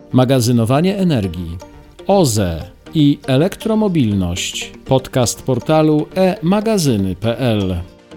Magazynowanie energii, OZE i elektromobilność. Podcast portalu e-magazyny.pl.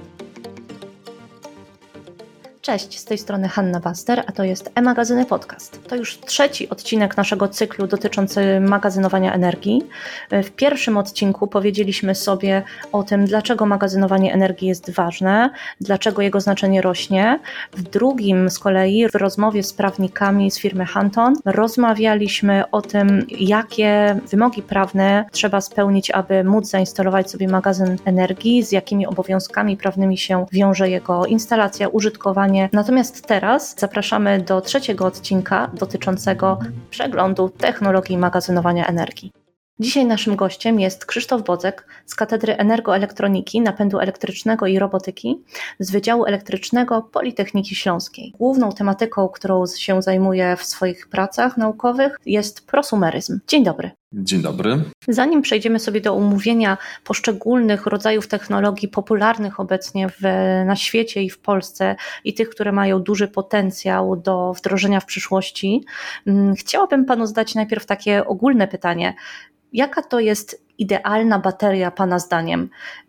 Cześć, z tej strony Hanna Waster, a to jest e-magazyny podcast. To już trzeci odcinek naszego cyklu dotyczący magazynowania energii. W pierwszym odcinku powiedzieliśmy sobie o tym, dlaczego magazynowanie energii jest ważne, dlaczego jego znaczenie rośnie. W drugim z kolei w rozmowie z prawnikami z firmy Hanton rozmawialiśmy o tym, jakie wymogi prawne trzeba spełnić, aby móc zainstalować sobie magazyn energii, z jakimi obowiązkami prawnymi się wiąże jego instalacja, użytkowanie. Natomiast teraz zapraszamy do trzeciego odcinka dotyczącego przeglądu technologii magazynowania energii. Dzisiaj naszym gościem jest Krzysztof Bodzek z Katedry Energoelektroniki, Napędu Elektrycznego i Robotyki z Wydziału Elektrycznego Politechniki Śląskiej. Główną tematyką, którą się zajmuje w swoich pracach naukowych, jest prosumeryzm. Dzień dobry. Dzień dobry. Zanim przejdziemy sobie do omówienia poszczególnych rodzajów technologii popularnych obecnie na świecie i w Polsce i tych, które mają duży potencjał do wdrożenia w przyszłości, chciałabym Panu zadać najpierw takie ogólne pytanie. Jaka to jest idealna bateria Pana zdaniem?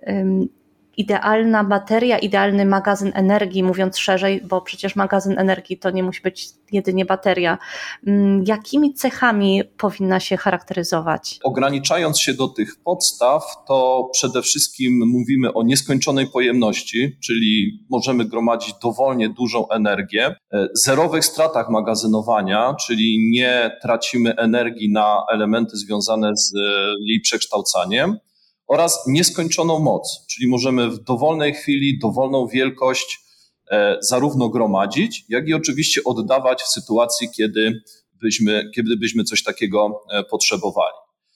Idealna bateria, idealny magazyn energii, mówiąc szerzej, bo przecież magazyn energii to nie musi być jedynie bateria. Jakimi cechami powinna się charakteryzować? Ograniczając się do tych podstaw, to przede wszystkim mówimy o nieskończonej pojemności, czyli możemy gromadzić dowolnie dużą energię, zerowych stratach magazynowania, czyli nie tracimy energii na elementy związane z jej przekształcaniem, oraz nieskończoną moc, czyli możemy w dowolnej chwili, dowolną wielkość zarówno gromadzić, jak i oczywiście oddawać w sytuacji, kiedy byśmy coś takiego potrzebowali.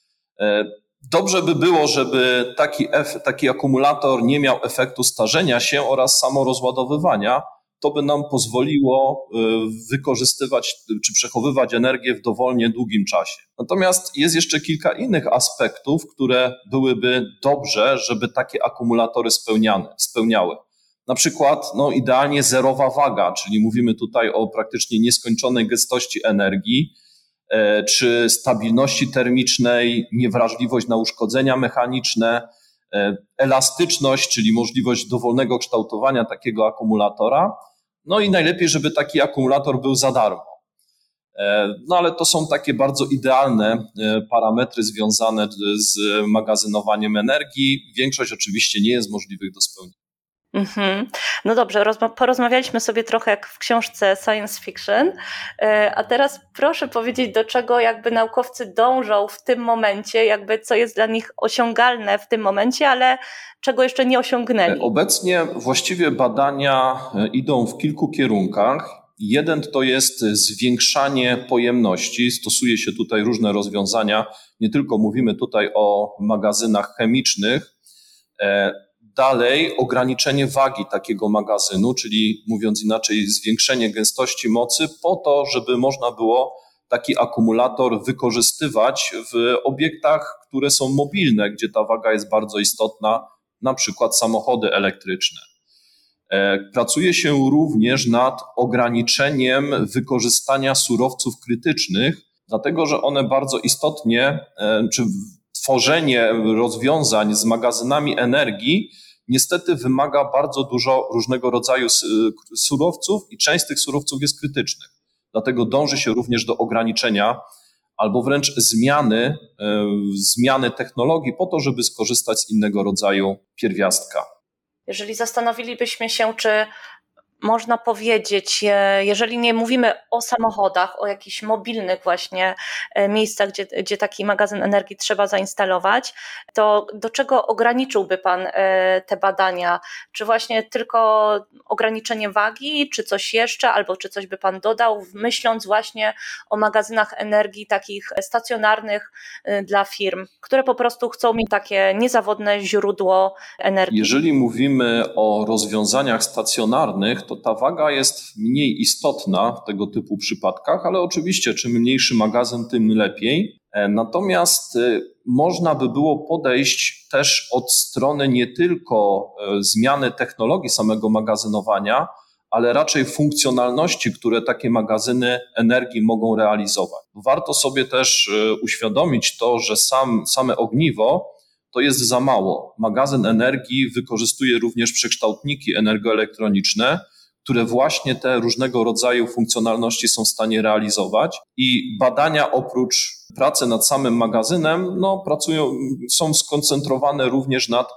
Dobrze by było, żeby taki akumulator nie miał efektu starzenia się oraz samorozładowywania. To by nam pozwoliło wykorzystywać czy przechowywać energię w dowolnie długim czasie. Natomiast jest jeszcze kilka innych aspektów, które byłyby dobrze, żeby takie akumulatory spełniały. Na przykład idealnie zerowa waga, czyli mówimy tutaj o praktycznie nieskończonej gęstości energii, czy stabilności termicznej, niewrażliwość na uszkodzenia mechaniczne, elastyczność, czyli możliwość dowolnego kształtowania takiego akumulatora. No i najlepiej, żeby taki akumulator był za darmo. No ale to są takie bardzo idealne parametry związane z magazynowaniem energii. Większość oczywiście nie jest możliwych do spełnienia. No dobrze, porozmawialiśmy sobie trochę jak w książce science fiction, a teraz proszę powiedzieć, do czego jakby naukowcy dążą w tym momencie, jakby co jest dla nich osiągalne w tym momencie, ale czego jeszcze nie osiągnęli. Obecnie właściwie badania idą w kilku kierunkach. Jeden to jest zwiększanie pojemności, stosuje się tutaj różne rozwiązania, nie tylko mówimy tutaj o magazynach chemicznych. Dalej ograniczenie wagi takiego magazynu, czyli mówiąc inaczej zwiększenie gęstości mocy po to, żeby można było taki akumulator wykorzystywać w obiektach, które są mobilne, gdzie ta waga jest bardzo istotna, na przykład samochody elektryczne. Pracuje się również nad ograniczeniem wykorzystania surowców krytycznych, dlatego że one bardzo istotnie, czy tworzenie rozwiązań z magazynami energii niestety wymaga bardzo dużo różnego rodzaju surowców i część z tych surowców jest krytycznych. Dlatego dąży się również do ograniczenia albo wręcz zmiany technologii po to, żeby skorzystać z innego rodzaju pierwiastka. Jeżeli zastanowilibyśmy się, czy można powiedzieć, jeżeli nie mówimy o samochodach, o jakichś mobilnych właśnie miejscach, gdzie taki magazyn energii trzeba zainstalować, to do czego ograniczyłby Pan te badania? Czy właśnie tylko ograniczenie wagi, czy coś jeszcze, albo czy coś by Pan dodał, myśląc właśnie o magazynach energii takich stacjonarnych dla firm, które po prostu chcą mieć takie niezawodne źródło energii? Jeżeli mówimy o rozwiązaniach stacjonarnych, to ta waga jest mniej istotna w tego typu przypadkach, ale oczywiście czym mniejszy magazyn, tym lepiej. Natomiast można by było podejść też od strony nie tylko zmiany technologii samego magazynowania, ale raczej funkcjonalności, które takie magazyny energii mogą realizować. Warto sobie też uświadomić to, że same ogniwo to jest za mało. Magazyn energii wykorzystuje również przekształtniki energoelektroniczne, które właśnie te różnego rodzaju funkcjonalności są w stanie realizować i badania oprócz pracy nad samym magazynem są skoncentrowane również nad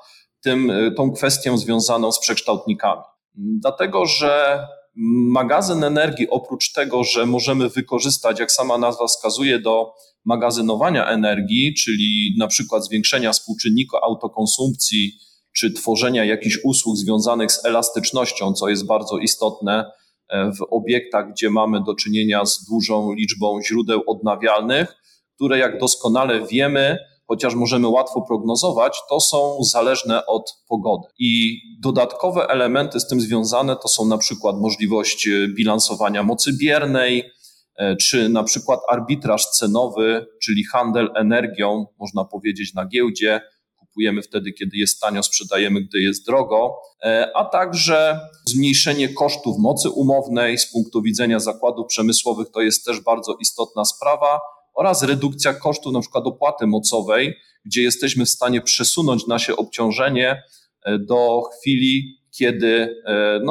tą kwestią związaną z przekształtnikami. Dlatego, że magazyn energii oprócz tego, że możemy wykorzystać, jak sama nazwa wskazuje, do magazynowania energii, czyli na przykład zwiększenia współczynnika autokonsumpcji, czy tworzenia jakichś usług związanych z elastycznością, co jest bardzo istotne w obiektach, gdzie mamy do czynienia z dużą liczbą źródeł odnawialnych, które jak doskonale wiemy, chociaż możemy łatwo prognozować, to są zależne od pogody. I dodatkowe elementy z tym związane to są na przykład możliwość bilansowania mocy biernej, czy na przykład arbitraż cenowy, czyli handel energią, można powiedzieć na giełdzie. Kupujemy wtedy, kiedy jest tanio, sprzedajemy, gdy jest drogo, a także zmniejszenie kosztów mocy umownej z punktu widzenia zakładów przemysłowych, to jest też bardzo istotna sprawa, oraz redukcja kosztów na przykład opłaty mocowej, gdzie jesteśmy w stanie przesunąć nasze obciążenie do chwili, kiedy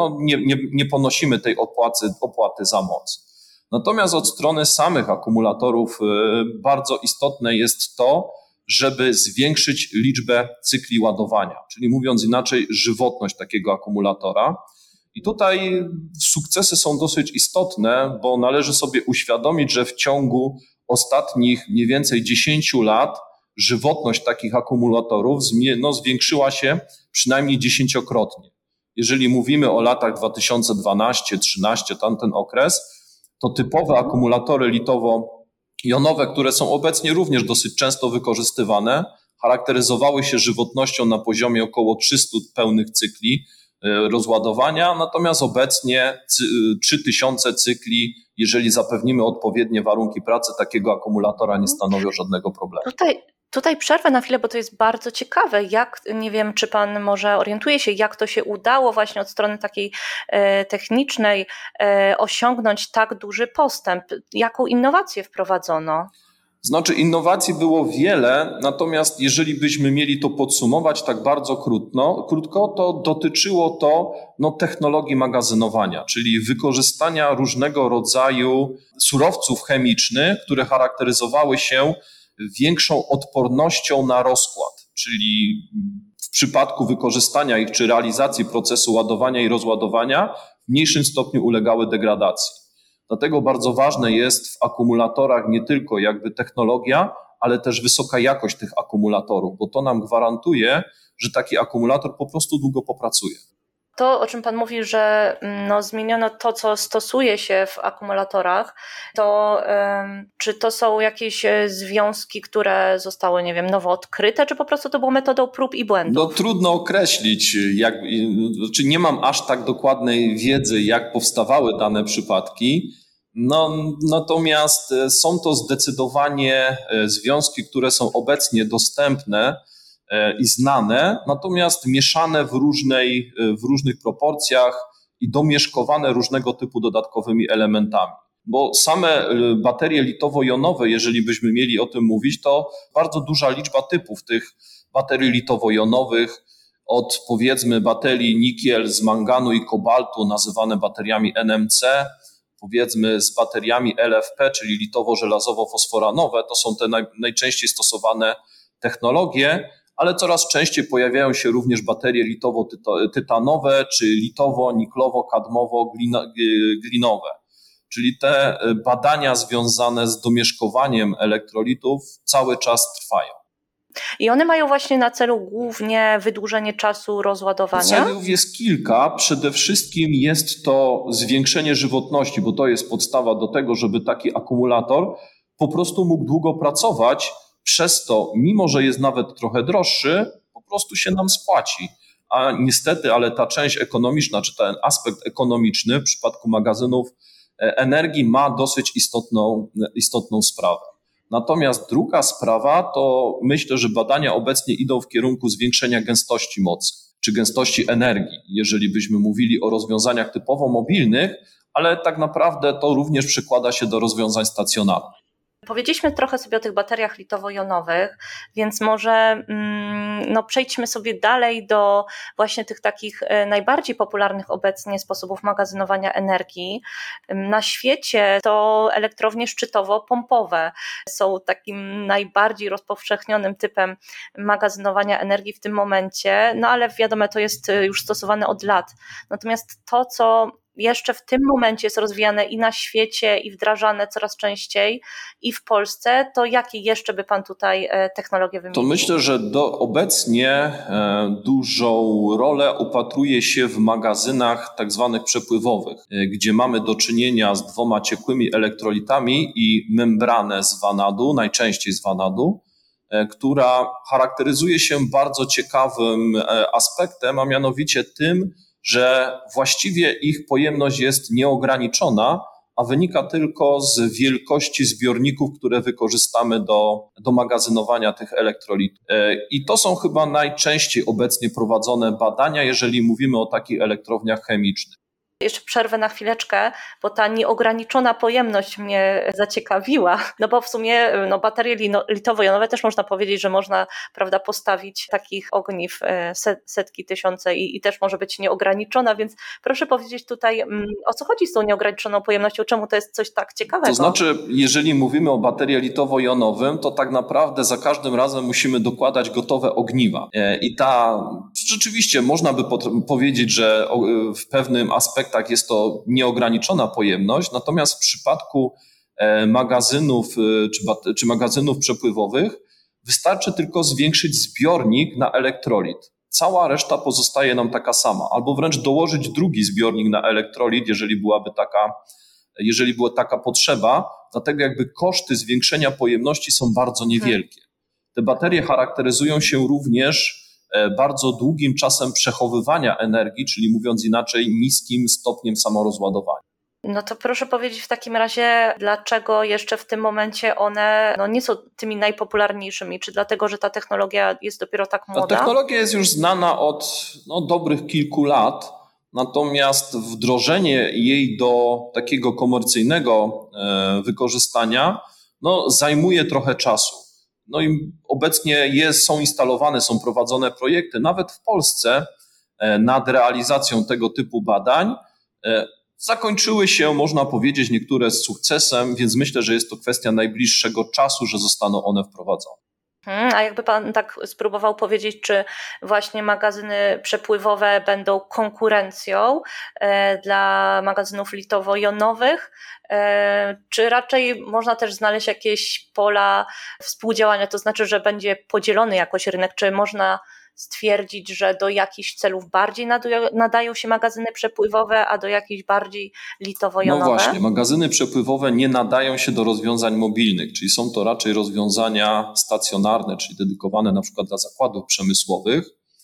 nie ponosimy tej opłaty za moc. Natomiast od strony samych akumulatorów bardzo istotne jest to, żeby zwiększyć liczbę cykli ładowania, czyli mówiąc inaczej, żywotność takiego akumulatora. I tutaj sukcesy są dosyć istotne, bo należy sobie uświadomić, że w ciągu ostatnich mniej więcej 10 lat żywotność takich akumulatorów zwiększyła się przynajmniej 10-krotnie. Jeżeli mówimy o latach 2012-13, tamten okres, to typowe akumulatory litowo-jonowe, które są obecnie również dosyć często wykorzystywane, charakteryzowały się żywotnością na poziomie około 300 pełnych cykli rozładowania, natomiast obecnie 3000 cykli, jeżeli zapewnimy odpowiednie warunki pracy takiego akumulatora, nie stanowią żadnego problemu. Tutaj przerwę na chwilę, bo to jest bardzo ciekawe. Nie wiem, czy Pan może orientuje się, jak to się udało właśnie od strony takiej technicznej osiągnąć tak duży postęp? Jaką innowację wprowadzono? Znaczy innowacji było wiele, natomiast jeżeli byśmy mieli to podsumować tak bardzo krótko, to dotyczyło to technologii magazynowania, czyli wykorzystania różnego rodzaju surowców chemicznych, które charakteryzowały się większą odpornością na rozkład, czyli w przypadku wykorzystania ich czy realizacji procesu ładowania i rozładowania w mniejszym stopniu ulegały degradacji. Dlatego bardzo ważne jest w akumulatorach nie tylko jakby technologia, ale też wysoka jakość tych akumulatorów, bo to nam gwarantuje, że taki akumulator po prostu długo popracuje. To, o czym Pan mówi, że zmieniono to, co stosuje się w akumulatorach, to czy to są jakieś związki, które zostały, nowo odkryte, czy po prostu to było metodą prób i błędów? Trudno określić, nie mam aż tak dokładnej wiedzy, jak powstawały dane przypadki. Natomiast są to zdecydowanie związki, które są obecnie dostępne i znane, natomiast mieszane w różnych proporcjach i domieszkowane różnego typu dodatkowymi elementami. Bo same baterie litowo-jonowe, jeżeli byśmy mieli o tym mówić, to bardzo duża liczba typów tych baterii litowo-jonowych, od powiedzmy baterii nikiel z manganu i kobaltu, nazywane bateriami NMC, powiedzmy z bateriami LFP, czyli litowo-żelazowo-fosforanowe, to są te najczęściej stosowane technologie, ale coraz częściej pojawiają się również baterie litowo-tytanowe czy litowo-niklowo-kadmowo-glinowe. Czyli te badania związane z domieszkowaniem elektrolitów cały czas trwają. I one mają właśnie na celu głównie wydłużenie czasu rozładowania? Celów jest kilka. Przede wszystkim jest to zwiększenie żywotności, bo to jest podstawa do tego, żeby taki akumulator po prostu mógł długo pracować. Przez to, mimo że jest nawet trochę droższy, po prostu się nam spłaci. A niestety, ale ta część ekonomiczna, czy ten aspekt ekonomiczny w przypadku magazynów energii ma dosyć istotną sprawę. Natomiast druga sprawa to myślę, że badania obecnie idą w kierunku zwiększenia gęstości mocy czy gęstości energii, jeżeli byśmy mówili o rozwiązaniach typowo mobilnych, ale tak naprawdę to również przekłada się do rozwiązań stacjonarnych. Powiedzieliśmy trochę sobie o tych bateriach litowo-jonowych, więc może przejdźmy sobie dalej do właśnie tych takich najbardziej popularnych obecnie sposobów magazynowania energii. Na świecie to elektrownie szczytowo-pompowe są takim najbardziej rozpowszechnionym typem magazynowania energii w tym momencie, no ale wiadomo, to jest już stosowane od lat. Natomiast to, co jeszcze w tym momencie jest rozwijane i na świecie, i wdrażane coraz częściej, i w Polsce, to jakie jeszcze by Pan tutaj technologie wymienił? To myślę, że obecnie dużą rolę upatruje się w magazynach tak zwanych przepływowych, gdzie mamy do czynienia z dwoma ciekłymi elektrolitami i membranę z wanadu, najczęściej z wanadu, która charakteryzuje się bardzo ciekawym aspektem, a mianowicie tym, że właściwie ich pojemność jest nieograniczona, a wynika tylko z wielkości zbiorników, które wykorzystamy do magazynowania tych elektrolitów. I to są chyba najczęściej obecnie prowadzone badania, jeżeli mówimy o takich elektrowniach chemicznych. Jeszcze przerwę na chwileczkę, bo ta nieograniczona pojemność mnie zaciekawiła, no bo w sumie baterie litowo-jonowe też można powiedzieć, że można, prawda, postawić takich ogniw setki, tysiące i też może być nieograniczona, więc proszę powiedzieć tutaj, o co chodzi z tą nieograniczoną pojemnością, czemu to jest coś tak ciekawego? To znaczy, jeżeli mówimy o baterii litowo-jonowym, to tak naprawdę za każdym razem musimy dokładać gotowe ogniwa. I rzeczywiście można by powiedzieć, że w pewnym aspekcie jest to nieograniczona pojemność, natomiast w przypadku magazynów czy magazynów przepływowych wystarczy tylko zwiększyć zbiornik na elektrolit. Cała reszta pozostaje nam taka sama, albo wręcz dołożyć drugi zbiornik na elektrolit, jeżeli była taka potrzeba, dlatego jakby koszty zwiększenia pojemności są bardzo niewielkie. Te baterie charakteryzują się również bardzo długim czasem przechowywania energii, czyli mówiąc inaczej, niskim stopniem samorozładowania. No to proszę powiedzieć w takim razie, dlaczego jeszcze w tym momencie one nie są tymi najpopularniejszymi? Czy dlatego, że ta technologia jest dopiero tak młoda? Ta technologia jest już znana od dobrych kilku lat, natomiast wdrożenie jej do takiego komercyjnego wykorzystania zajmuje trochę czasu. No i obecnie są instalowane, są prowadzone projekty, nawet w Polsce, nad realizacją tego typu badań. Zakończyły się, można powiedzieć, niektóre z sukcesem, więc myślę, że jest to kwestia najbliższego czasu, że zostaną one wprowadzone. A jakby Pan tak spróbował powiedzieć, czy właśnie magazyny przepływowe będą konkurencją dla magazynów litowo-jonowych, czy raczej można też znaleźć jakieś pola współdziałania, to znaczy, że będzie podzielony jakoś rynek, czy można stwierdzić, że do jakichś celów bardziej nadają się magazyny przepływowe, a do jakichś bardziej litowo-jonowe? No właśnie, magazyny przepływowe nie nadają się do rozwiązań mobilnych, czyli są to raczej rozwiązania stacjonarne, czyli dedykowane na przykład dla zakładów przemysłowych.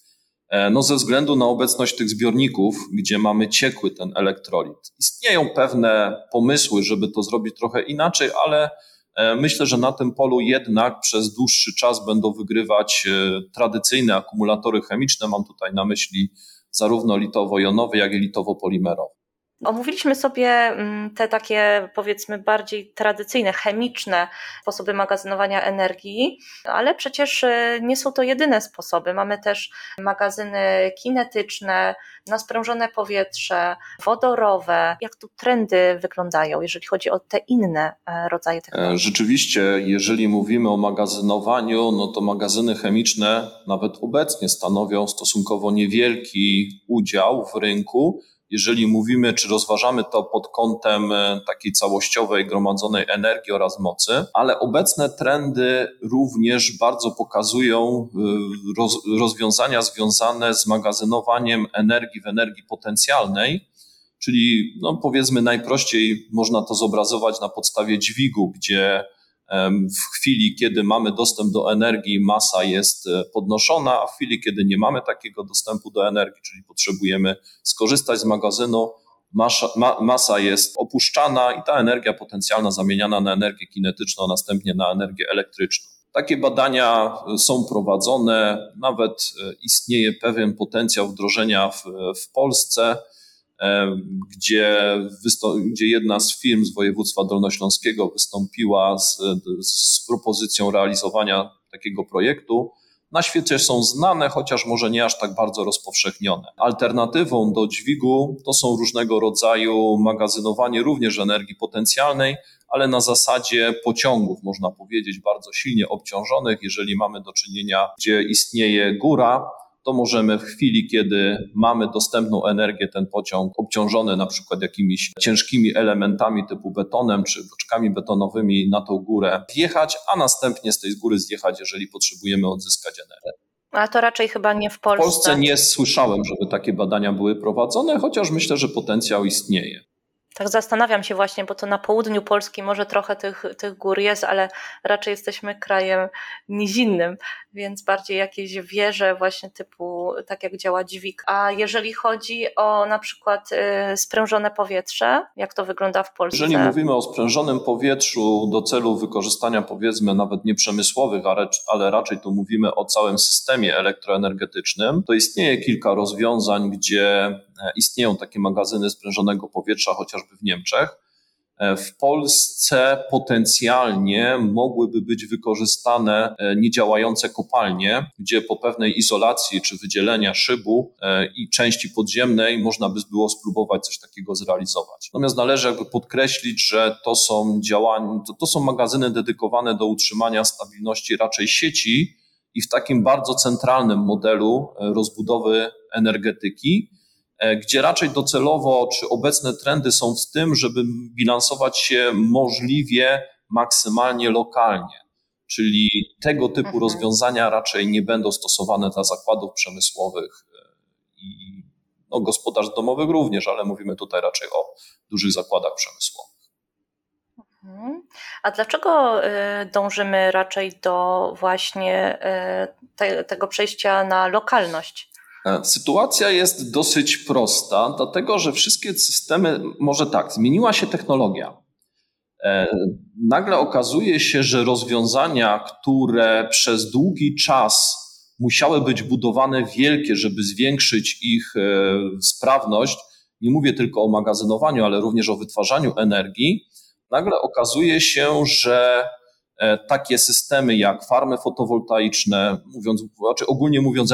Ze względu na obecność tych zbiorników, gdzie mamy ciekły ten elektrolit. Istnieją pewne pomysły, żeby to zrobić trochę inaczej, ale myślę, że na tym polu jednak przez dłuższy czas będą wygrywać tradycyjne akumulatory chemiczne. Mam tutaj na myśli zarówno litowo-jonowe, jak i litowo-polimerowe. Omówiliśmy sobie te takie, powiedzmy, bardziej tradycyjne, chemiczne sposoby magazynowania energii, ale przecież nie są to jedyne sposoby. Mamy też magazyny kinetyczne, na sprężone powietrze, wodorowe. Jak tu trendy wyglądają, jeżeli chodzi o te inne rodzaje technologii? Rzeczywiście, jeżeli mówimy o magazynowaniu, to magazyny chemiczne nawet obecnie stanowią stosunkowo niewielki udział w rynku. Jeżeli mówimy, czy rozważamy to pod kątem takiej całościowej gromadzonej energii oraz mocy, ale obecne trendy również bardzo pokazują rozwiązania związane z magazynowaniem energii w energii potencjalnej, czyli powiedzmy najprościej można to zobrazować na podstawie dźwigu, gdzie w chwili, kiedy mamy dostęp do energii, masa jest podnoszona, a w chwili, kiedy nie mamy takiego dostępu do energii, czyli potrzebujemy skorzystać z magazynu, masa jest opuszczana i ta energia potencjalna zamieniana na energię kinetyczną, a następnie na energię elektryczną. Takie badania są prowadzone, nawet istnieje pewien potencjał wdrożenia w Polsce, gdzie jedna z firm z województwa dolnośląskiego wystąpiła z propozycją realizowania takiego projektu. Na świecie są znane, chociaż może nie aż tak bardzo rozpowszechnione. Alternatywą do dźwigu to są różnego rodzaju magazynowanie również energii potencjalnej, ale na zasadzie pociągów, można powiedzieć, bardzo silnie obciążonych. Jeżeli mamy do czynienia, gdzie istnieje góra, to możemy w chwili, kiedy mamy dostępną energię, ten pociąg obciążony na przykład jakimiś ciężkimi elementami typu betonem czy bloczkami betonowymi na tą górę wjechać, a następnie z tej góry zjechać, jeżeli potrzebujemy odzyskać energię. A to raczej chyba nie w Polsce. W Polsce nie słyszałem, żeby takie badania były prowadzone, chociaż myślę, że potencjał istnieje. Tak zastanawiam się właśnie, bo to na południu Polski może trochę tych gór jest, ale raczej jesteśmy krajem nizinnym, więc bardziej jakieś wieże właśnie typu, tak jak działa dźwig. A jeżeli chodzi o na przykład sprężone powietrze, jak to wygląda w Polsce? Jeżeli mówimy o sprężonym powietrzu do celu wykorzystania, powiedzmy nawet nieprzemysłowych, ale raczej tu mówimy o całym systemie elektroenergetycznym, to istnieje kilka rozwiązań, gdzie istnieją takie magazyny sprężonego powietrza, chociażby w Niemczech. W Polsce potencjalnie mogłyby być wykorzystane niedziałające kopalnie, gdzie po pewnej izolacji czy wydzielenia szybu i części podziemnej można by było spróbować coś takiego zrealizować. Natomiast należy jakby podkreślić, że to są magazyny dedykowane do utrzymania stabilności raczej sieci i w takim bardzo centralnym modelu rozbudowy energetyki, gdzie raczej docelowo, czy obecne trendy są w tym, żeby bilansować się możliwie maksymalnie lokalnie. Czyli tego typu rozwiązania raczej nie będą stosowane dla zakładów przemysłowych i gospodarstw domowych również, ale mówimy tutaj raczej o dużych zakładach przemysłowych. A dlaczego dążymy raczej do właśnie tego przejścia na lokalność? Sytuacja jest dosyć prosta, dlatego że wszystkie systemy, może tak, zmieniła się technologia. Nagle okazuje się, że rozwiązania, które przez długi czas musiały być budowane wielkie, żeby zwiększyć ich sprawność, nie mówię tylko o magazynowaniu, ale również o wytwarzaniu energii, nagle okazuje się, że takie systemy jak farmy fotowoltaiczne, ogólnie mówiąc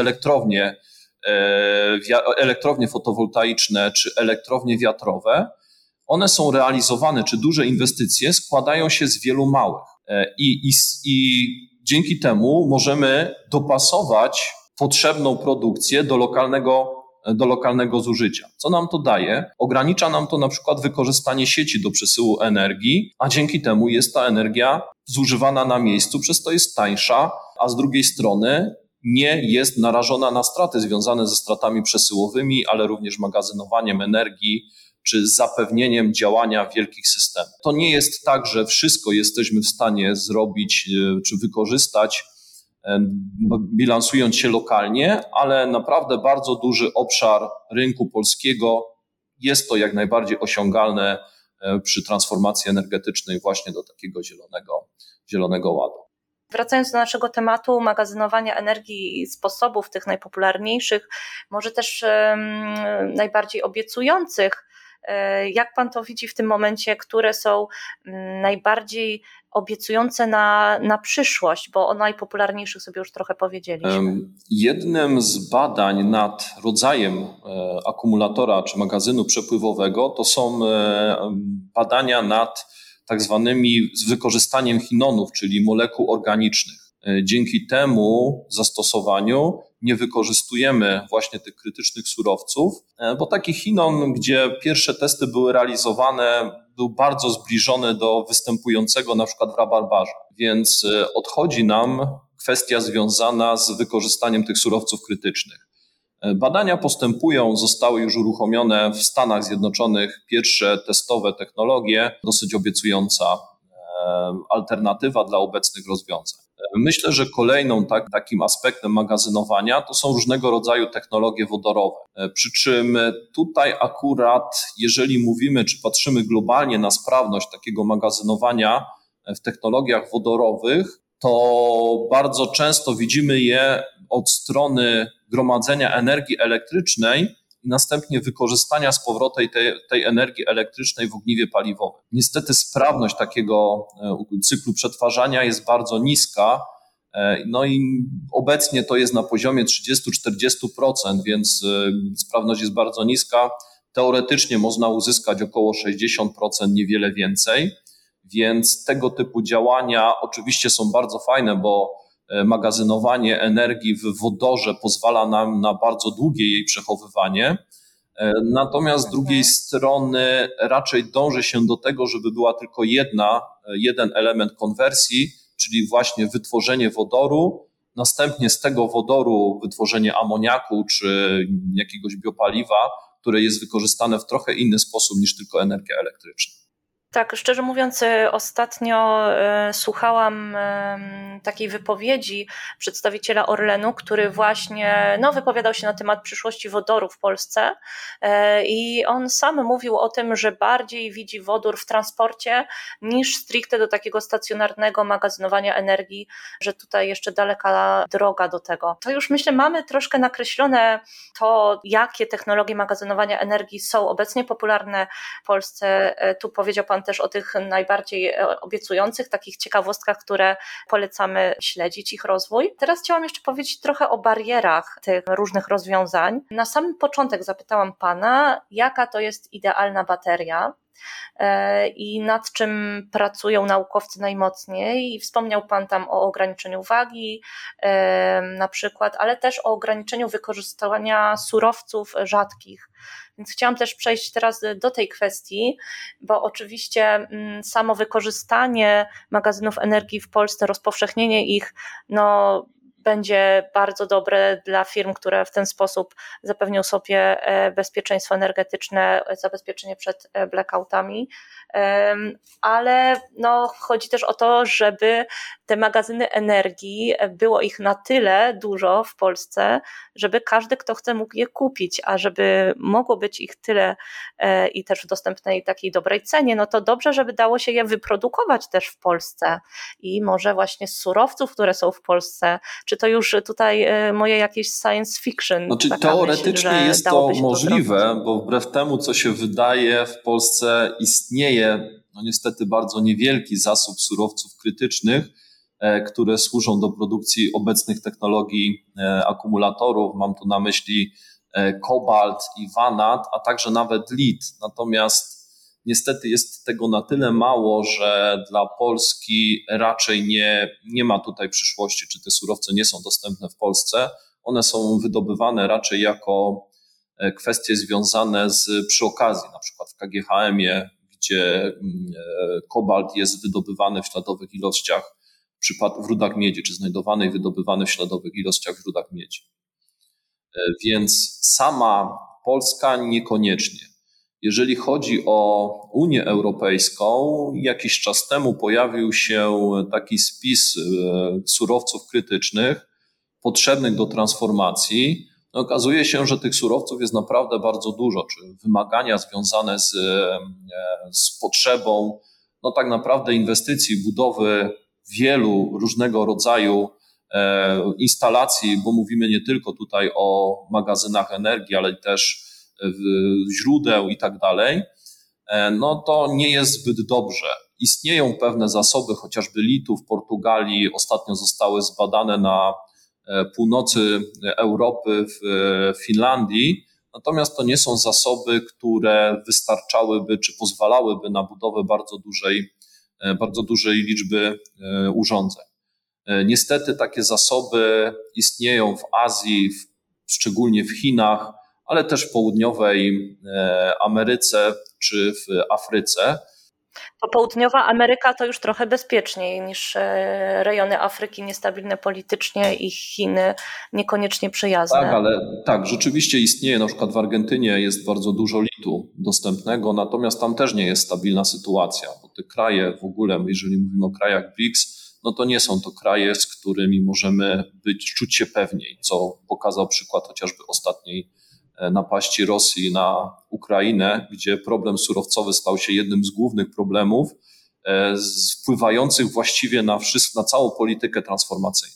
elektrownie fotowoltaiczne czy elektrownie wiatrowe, one są realizowane, czy duże inwestycje składają się z wielu małych. I dzięki temu możemy dopasować potrzebną produkcję do lokalnego zużycia. Co nam to daje? Ogranicza nam to na przykład wykorzystanie sieci do przesyłu energii, a dzięki temu jest ta energia zużywana na miejscu, przez to jest tańsza, a z drugiej strony nie jest narażona na straty związane ze stratami przesyłowymi, ale również magazynowaniem energii czy zapewnieniem działania wielkich systemów. To nie jest tak, że wszystko jesteśmy w stanie zrobić czy wykorzystać, bilansując się lokalnie, ale naprawdę bardzo duży obszar rynku polskiego jest to jak najbardziej osiągalne przy transformacji energetycznej właśnie do takiego zielonego ładu. Wracając do naszego tematu magazynowania energii i sposobów tych najpopularniejszych, może też najbardziej obiecujących, jak Pan to widzi w tym momencie, które są najbardziej obiecujące na przyszłość, bo o najpopularniejszych sobie już trochę powiedzieliśmy. Jednym z badań nad rodzajem akumulatora czy magazynu przepływowego to są badania nad tak zwanymi z wykorzystaniem chinonów, czyli molekuł organicznych. Dzięki temu zastosowaniu nie wykorzystujemy właśnie tych krytycznych surowców, bo taki chinon, gdzie pierwsze testy były realizowane, był bardzo zbliżony do występującego na przykład w rabarbarze. Więc odchodzi nam kwestia związana z wykorzystaniem tych surowców krytycznych. Badania postępują, zostały już uruchomione w Stanach Zjednoczonych pierwsze testowe technologie, dosyć obiecująca alternatywa dla obecnych rozwiązań. Myślę, że kolejną takim aspektem magazynowania to są różnego rodzaju technologie wodorowe. Przy czym tutaj akurat, jeżeli mówimy czy patrzymy globalnie na sprawność takiego magazynowania w technologiach wodorowych, to bardzo często widzimy je od strony gromadzenia energii elektrycznej i następnie wykorzystania z powrotem tej energii elektrycznej w ogniwie paliwowym. Niestety sprawność takiego cyklu przetwarzania jest bardzo niska, no i obecnie to jest na poziomie 30-40%, więc sprawność jest bardzo niska. Teoretycznie można uzyskać około 60%, niewiele więcej, więc tego typu działania oczywiście są bardzo fajne, bo magazynowanie energii w wodorze pozwala nam na bardzo długie jej przechowywanie. Natomiast z drugiej strony raczej dąży się do tego, żeby była tylko jeden element konwersji, czyli właśnie wytworzenie wodoru, następnie z tego wodoru wytworzenie amoniaku czy jakiegoś biopaliwa, które jest wykorzystane w trochę inny sposób niż tylko energia elektryczna. Tak, szczerze mówiąc, ostatnio słuchałam takiej wypowiedzi przedstawiciela Orlenu, który właśnie wypowiadał się na temat przyszłości wodoru w Polsce i on sam mówił o tym, że bardziej widzi wodór w transporcie niż stricte do takiego stacjonarnego magazynowania energii, że tutaj jeszcze daleka droga do tego. To już myślę mamy troszkę nakreślone to, jakie technologie magazynowania energii są obecnie popularne w Polsce. Tu powiedział Pan też o tych najbardziej obiecujących, takich ciekawostkach, które polecamy śledzić ich rozwój. Teraz chciałam jeszcze powiedzieć trochę o barierach tych różnych rozwiązań. Na samym początek zapytałam Pana, jaka to jest idealna bateria i nad czym pracują naukowcy najmocniej. I wspomniał Pan tam o ograniczeniu wagi na przykład, ale też o ograniczeniu wykorzystywania surowców rzadkich. Więc chciałam też przejść teraz do tej kwestii, bo oczywiście samo wykorzystanie magazynów energii w Polsce, rozpowszechnienie ich, będzie bardzo dobre dla firm, które w ten sposób zapewnią sobie bezpieczeństwo energetyczne, zabezpieczenie przed blackoutami, ale chodzi też o to, żeby te magazyny energii, było ich na tyle dużo w Polsce, żeby każdy, kto chce, mógł je kupić, a żeby mogło być ich tyle i też w dostępnej takiej dobrej cenie, to dobrze, żeby dało się je wyprodukować też w Polsce i może właśnie z surowców, które są w Polsce, czy to już tutaj moje jakieś science fiction? Znaczy, teoretycznie myśl, jest to możliwe, bo wbrew temu, co się wydaje, w Polsce istnieje niestety bardzo niewielki zasób surowców krytycznych, które służą do produkcji obecnych technologii akumulatorów. Mam tu na myśli kobalt i wanat, a także nawet lit. Natomiast niestety jest tego na tyle mało, że dla Polski raczej nie ma tutaj przyszłości, czy te surowce nie są dostępne w Polsce. One są wydobywane raczej jako kwestie związane przy okazji, na przykład w KGHM-ie, gdzie kobalt jest wydobywany w śladowych ilościach w rudach miedzi, czy znajdowany i wydobywany w śladowych ilościach w rudach miedzi. Więc sama Polska niekoniecznie. Jeżeli chodzi o Unię Europejską, jakiś czas temu pojawił się taki spis surowców krytycznych potrzebnych do transformacji. Okazuje się, że tych surowców jest naprawdę bardzo dużo, czy wymagania związane z potrzebą tak naprawdę inwestycji, budowy wielu różnego rodzaju instalacji, bo mówimy nie tylko tutaj o magazynach energii, ale też źródeł i tak dalej, to nie jest zbyt dobrze. Istnieją pewne zasoby, chociażby litu w Portugalii, ostatnio zostały zbadane na północy Europy, w Finlandii, natomiast to nie są zasoby, które wystarczałyby czy pozwalałyby na budowę bardzo dużej liczby urządzeń. Niestety takie zasoby istnieją w Azji, szczególnie w Chinach, ale też w południowej Ameryce czy w Afryce. To południowa Ameryka to już trochę bezpieczniej niż rejony Afryki niestabilne politycznie i Chiny niekoniecznie przyjazne. Tak, rzeczywiście istnieje, na przykład w Argentynie jest bardzo dużo litu dostępnego, natomiast tam też nie jest stabilna sytuacja, bo te kraje w ogóle, jeżeli mówimy o krajach BRICS, no to nie są to kraje, z którymi możemy czuć się pewniej, co pokazał przykład chociażby ostatniej napaści Rosji na Ukrainę, gdzie problem surowcowy stał się jednym z głównych problemów wpływających właściwie na całą politykę transformacyjną.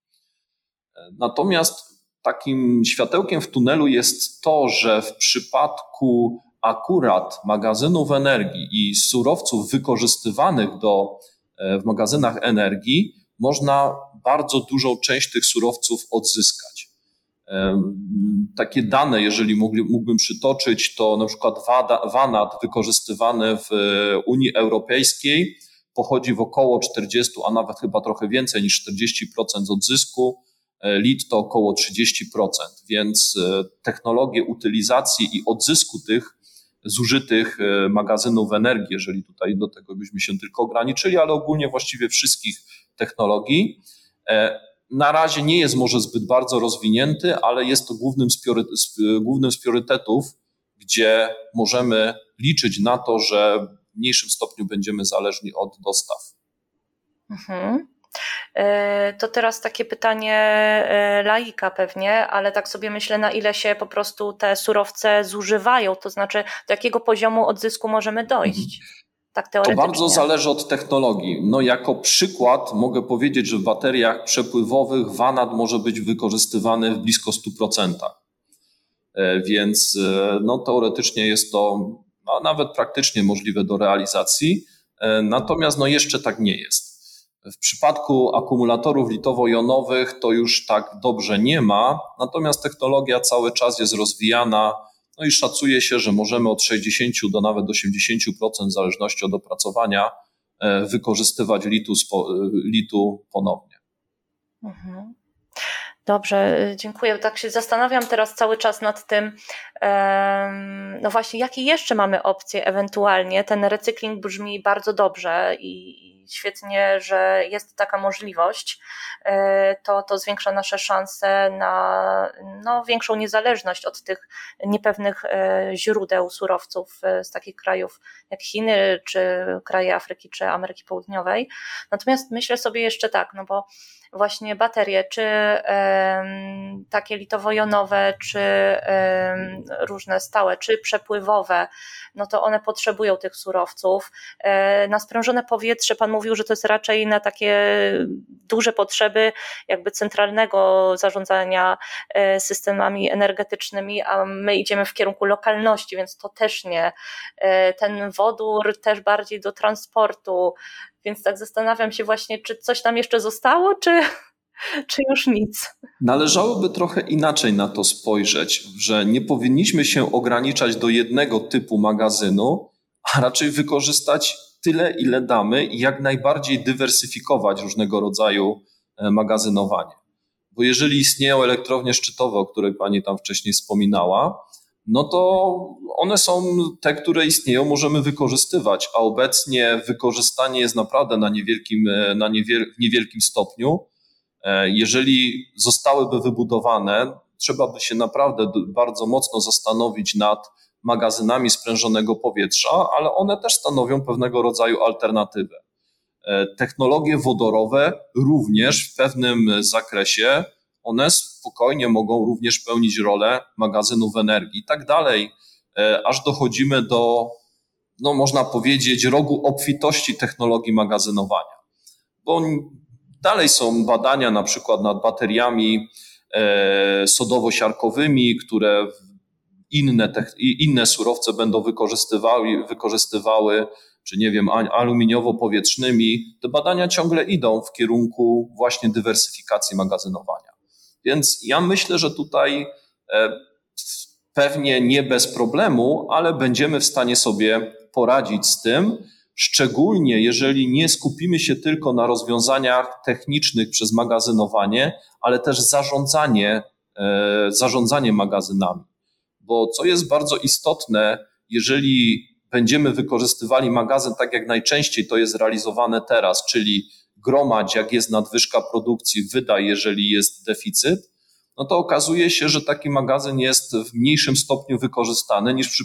Natomiast takim światełkiem w tunelu jest to, że w przypadku akurat magazynów energii i surowców wykorzystywanych w magazynach energii można bardzo dużą część tych surowców odzyskać. Takie dane, jeżeli mógłbym przytoczyć, to na przykład vanad wykorzystywany w Unii Europejskiej pochodzi w około 40, a nawet chyba trochę więcej niż 40% z odzysku, lit to około 30%, więc technologie utylizacji i odzysku tych zużytych magazynów energii, jeżeli tutaj do tego byśmy się tylko ograniczyli, ale ogólnie właściwie wszystkich technologii, na razie nie jest może zbyt bardzo rozwinięty, ale jest to głównym z priorytetów, gdzie możemy liczyć na to, że w mniejszym stopniu będziemy zależni od dostaw. Mhm. To teraz takie pytanie laika pewnie, ale tak sobie myślę, na ile się po prostu te surowce zużywają, to znaczy do jakiego poziomu odzysku możemy dojść? Tak teoretycznie. To bardzo zależy od technologii. No jako przykład mogę powiedzieć, że w bateriach przepływowych vanad może być wykorzystywany w blisko 100%. Więc no, teoretycznie jest to nawet praktycznie możliwe do realizacji, natomiast no, jeszcze tak nie jest. W przypadku akumulatorów litowo-jonowych to już tak dobrze nie ma, natomiast technologia cały czas jest rozwijana, no i szacuje się, że możemy od 60 do nawet 80% w zależności od opracowania wykorzystywać litu ponownie. Mhm. Dobrze, dziękuję. Tak się zastanawiam teraz cały czas nad tym, no właśnie, jakie jeszcze mamy opcje ewentualnie. Ten recykling brzmi bardzo dobrze i świetnie, że jest taka możliwość. To zwiększa nasze szanse na większą niezależność od tych niepewnych źródeł surowców z takich krajów jak Chiny, czy kraje Afryki, czy Ameryki Południowej. Natomiast myślę sobie jeszcze tak, no bo właśnie baterie, czy takie litowo-jonowe, czy różne stałe, czy przepływowe, no to one potrzebują tych surowców. Na sprężone powietrze pan mówił, że to jest raczej na takie duże potrzeby jakby centralnego zarządzania systemami energetycznymi, a my idziemy w kierunku lokalności, więc to też nie. Ten wodór też bardziej do transportu, więc tak zastanawiam się właśnie, czy coś tam jeszcze zostało, czy już nic? Należałoby trochę inaczej na to spojrzeć, że nie powinniśmy się ograniczać do jednego typu magazynu, a raczej wykorzystać tyle, ile damy i jak najbardziej dywersyfikować różnego rodzaju magazynowanie. Bo jeżeli istnieją elektrownie szczytowe, o których pani tam wcześniej wspominała, no to one są te, które istnieją, możemy wykorzystywać, a obecnie wykorzystanie jest naprawdę w niewielkim stopniu. Jeżeli zostałyby wybudowane, trzeba by się naprawdę bardzo mocno zastanowić nad magazynami sprężonego powietrza, ale one też stanowią pewnego rodzaju alternatywę. Technologie wodorowe również w pewnym zakresie, one spokojnie mogą również pełnić rolę magazynów energii i tak dalej, aż dochodzimy do, no można powiedzieć, rogu obfitości technologii magazynowania. Bo dalej są badania na przykład nad bateriami sodowo-siarkowymi, które inne surowce będą wykorzystywały, czy nie wiem, aluminiowo-powietrznymi. Te badania ciągle idą w kierunku właśnie dywersyfikacji magazynowania. Więc ja myślę, że tutaj pewnie nie bez problemu, ale będziemy w stanie sobie poradzić z tym, szczególnie jeżeli nie skupimy się tylko na rozwiązaniach technicznych przez magazynowanie, ale też zarządzanie magazynami. Bo co jest bardzo istotne, jeżeli będziemy wykorzystywali magazyn tak jak najczęściej to jest realizowane teraz, czyli gromadź jak jest nadwyżka produkcji, wydaj jeżeli jest deficyt, no to okazuje się, że taki magazyn jest w mniejszym stopniu wykorzystany niż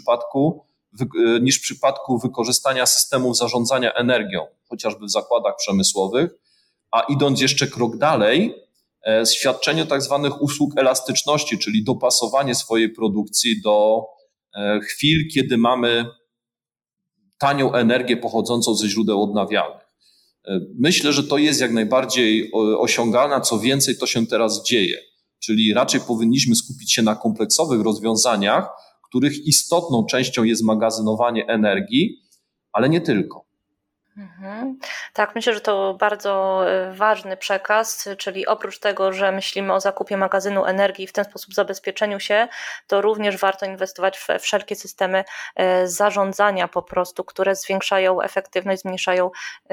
w przypadku wykorzystania systemów zarządzania energią, chociażby w zakładach przemysłowych, a idąc jeszcze krok dalej, świadczenie tak zwanych usług elastyczności, czyli dopasowanie swojej produkcji do chwil, kiedy mamy tanią energię pochodzącą ze źródeł odnawialnych. Myślę, że to jest jak najbardziej osiągalne, co więcej, to się teraz dzieje. Czyli raczej powinniśmy skupić się na kompleksowych rozwiązaniach, których istotną częścią jest magazynowanie energii, ale nie tylko. Tak, myślę, że to bardzo ważny przekaz, czyli oprócz tego, że myślimy o zakupie magazynu energii i w ten sposób zabezpieczeniu się, to również warto inwestować w wszelkie systemy zarządzania po prostu, które zwiększają efektywność, zmniejszają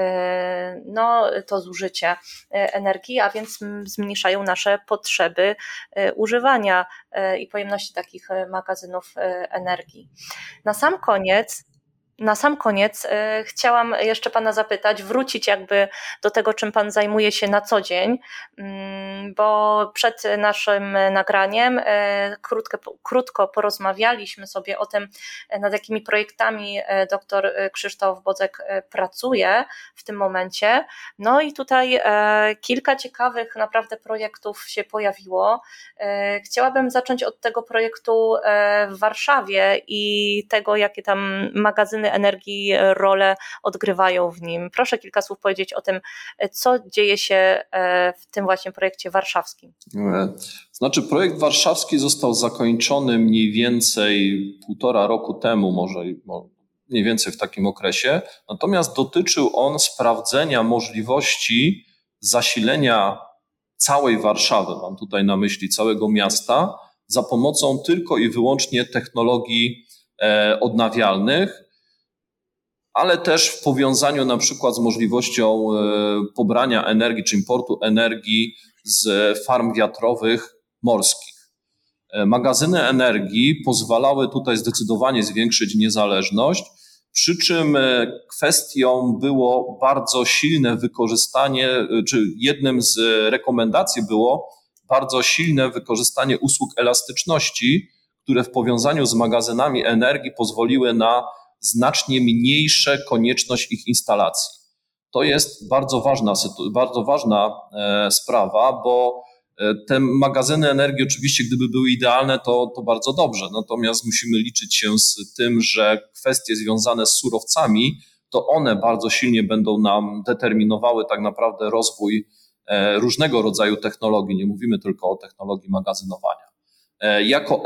to zużycie energii, a więc zmniejszają nasze potrzeby używania i pojemności takich magazynów energii. Na sam koniec chciałam jeszcze Pana zapytać, wrócić jakby do tego, czym Pan zajmuje się na co dzień, bo przed naszym nagraniem krótko porozmawialiśmy sobie o tym, nad jakimi projektami dr Krzysztof Bodzek pracuje w tym momencie. No i tutaj kilka ciekawych naprawdę projektów się pojawiło. Chciałabym zacząć od tego projektu w Warszawie i tego, jakie tam magazyny energii rolę odgrywają w nim. Proszę kilka słów powiedzieć o tym, co dzieje się w tym właśnie projekcie warszawskim. Znaczy, projekt warszawski został zakończony mniej więcej 1,5 roku temu, może mniej więcej w takim okresie. Natomiast dotyczył on sprawdzenia możliwości zasilenia całej Warszawy, mam tutaj na myśli całego miasta, za pomocą tylko i wyłącznie technologii odnawialnych, ale też w powiązaniu na przykład z możliwością pobrania energii czy importu energii z farm wiatrowych morskich. Magazyny energii pozwalały tutaj zdecydowanie zwiększyć niezależność, przy czym kwestią było bardzo silne wykorzystanie, czy jednym z rekomendacji było bardzo silne wykorzystanie usług elastyczności, które w powiązaniu z magazynami energii pozwoliły na znacznie mniejsze konieczność ich instalacji. To jest bardzo ważna sprawa, bo te magazyny energii oczywiście, gdyby były idealne, to bardzo dobrze. Natomiast musimy liczyć się z tym, że kwestie związane z surowcami, to one bardzo silnie będą nam determinowały tak naprawdę rozwój różnego rodzaju technologii. Nie mówimy tylko o technologii magazynowania. Jako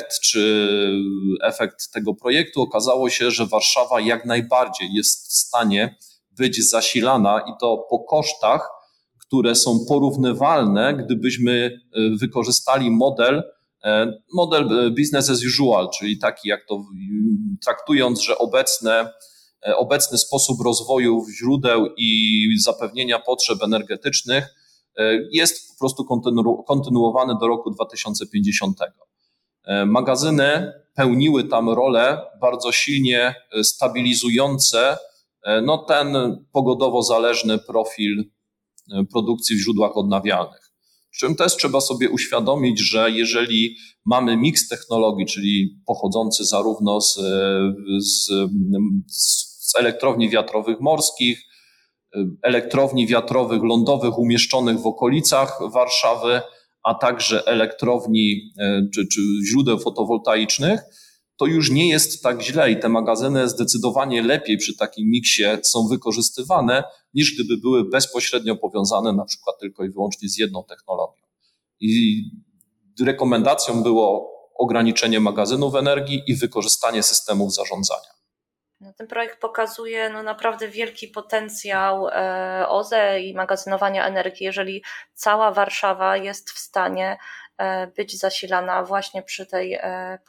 efekt tego projektu okazało się, że Warszawa jak najbardziej jest w stanie być zasilana i to po kosztach, które są porównywalne, gdybyśmy wykorzystali model business as usual, czyli taki jak to traktując, że obecny sposób rozwoju źródeł i zapewnienia potrzeb energetycznych jest po prostu kontynuowany do roku 2050. Magazyny pełniły tam rolę bardzo silnie stabilizujące ten pogodowo zależny profil produkcji w źródłach odnawialnych. Przy czym też trzeba sobie uświadomić, że jeżeli mamy miks technologii, czyli pochodzący zarówno z elektrowni wiatrowych morskich, elektrowni wiatrowych lądowych umieszczonych w okolicach Warszawy, a także elektrowni czy źródeł fotowoltaicznych, to już nie jest tak źle i te magazyny zdecydowanie lepiej przy takim miksie są wykorzystywane, niż gdyby były bezpośrednio powiązane na przykład tylko i wyłącznie z jedną technologią. I rekomendacją było ograniczenie magazynów energii i wykorzystanie systemów zarządzania. Ten projekt pokazuje naprawdę wielki potencjał OZE i magazynowania energii, jeżeli cała Warszawa jest w stanie być zasilana właśnie przy tej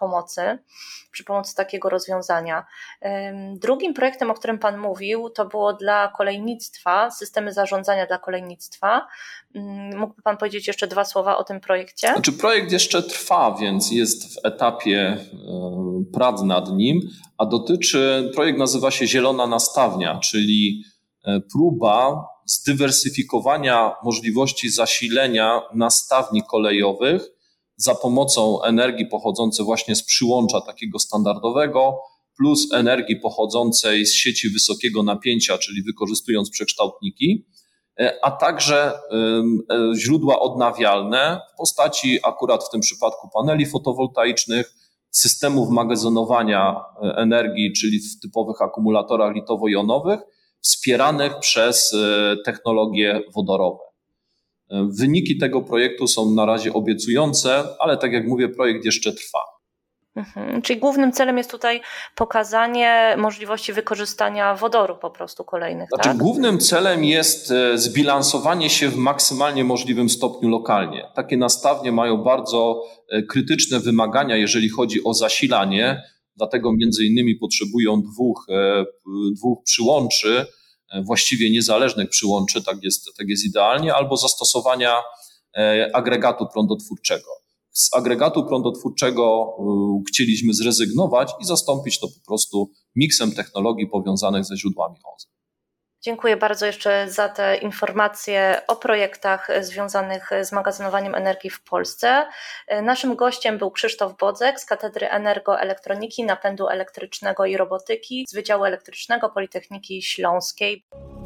przy pomocy takiego rozwiązania. Drugim projektem, o którym Pan mówił, to było dla kolejnictwa, systemy zarządzania dla kolejnictwa. Mógłby Pan powiedzieć jeszcze 2 słowa o tym projekcie? Projekt jeszcze trwa, więc jest w etapie prac nad nim, a projekt nazywa się Zielona Nastawnia, czyli próba zdywersyfikowania możliwości zasilenia nastawni kolejowych za pomocą energii pochodzącej właśnie z przyłącza takiego standardowego plus energii pochodzącej z sieci wysokiego napięcia, czyli wykorzystując przekształtniki. a także źródła odnawialne w postaci akurat w tym przypadku paneli fotowoltaicznych, systemów magazynowania energii, czyli w typowych akumulatorach litowo-jonowych, wspieranych przez technologie wodorowe. Wyniki tego projektu są na razie obiecujące, ale tak jak mówię, projekt jeszcze trwa. Czyli głównym celem jest tutaj pokazanie możliwości wykorzystania wodoru po prostu kolejnych, tak? Głównym celem jest zbilansowanie się w maksymalnie możliwym stopniu lokalnie. Takie nastawnie mają bardzo krytyczne wymagania, jeżeli chodzi o zasilanie, dlatego między innymi potrzebują dwóch przyłączy, właściwie niezależnych przyłączy, tak jest idealnie, albo zastosowania agregatu prądotwórczego. Z agregatu prądotwórczego chcieliśmy zrezygnować i zastąpić to po prostu miksem technologii powiązanych ze źródłami OZE. Dziękuję bardzo jeszcze za te informacje o projektach związanych z magazynowaniem energii w Polsce. Naszym gościem był Krzysztof Bodzek z Katedry Energoelektroniki, Napędu Elektrycznego i Robotyki z Wydziału Elektrycznego Politechniki Śląskiej.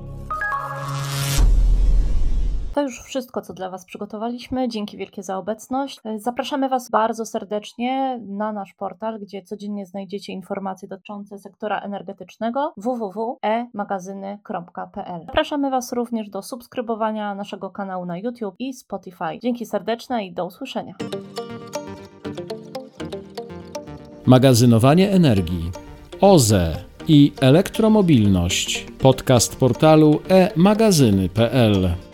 To już wszystko, co dla Was przygotowaliśmy. Dzięki wielkie za obecność. Zapraszamy Was bardzo serdecznie na nasz portal, gdzie codziennie znajdziecie informacje dotyczące sektora energetycznego www.emagazyny.pl. Zapraszamy Was również do subskrybowania naszego kanału na YouTube i Spotify. Dzięki serdeczne i do usłyszenia. Magazynowanie energii, OZE i elektromobilność. Podcast portalu e-magazyny.pl.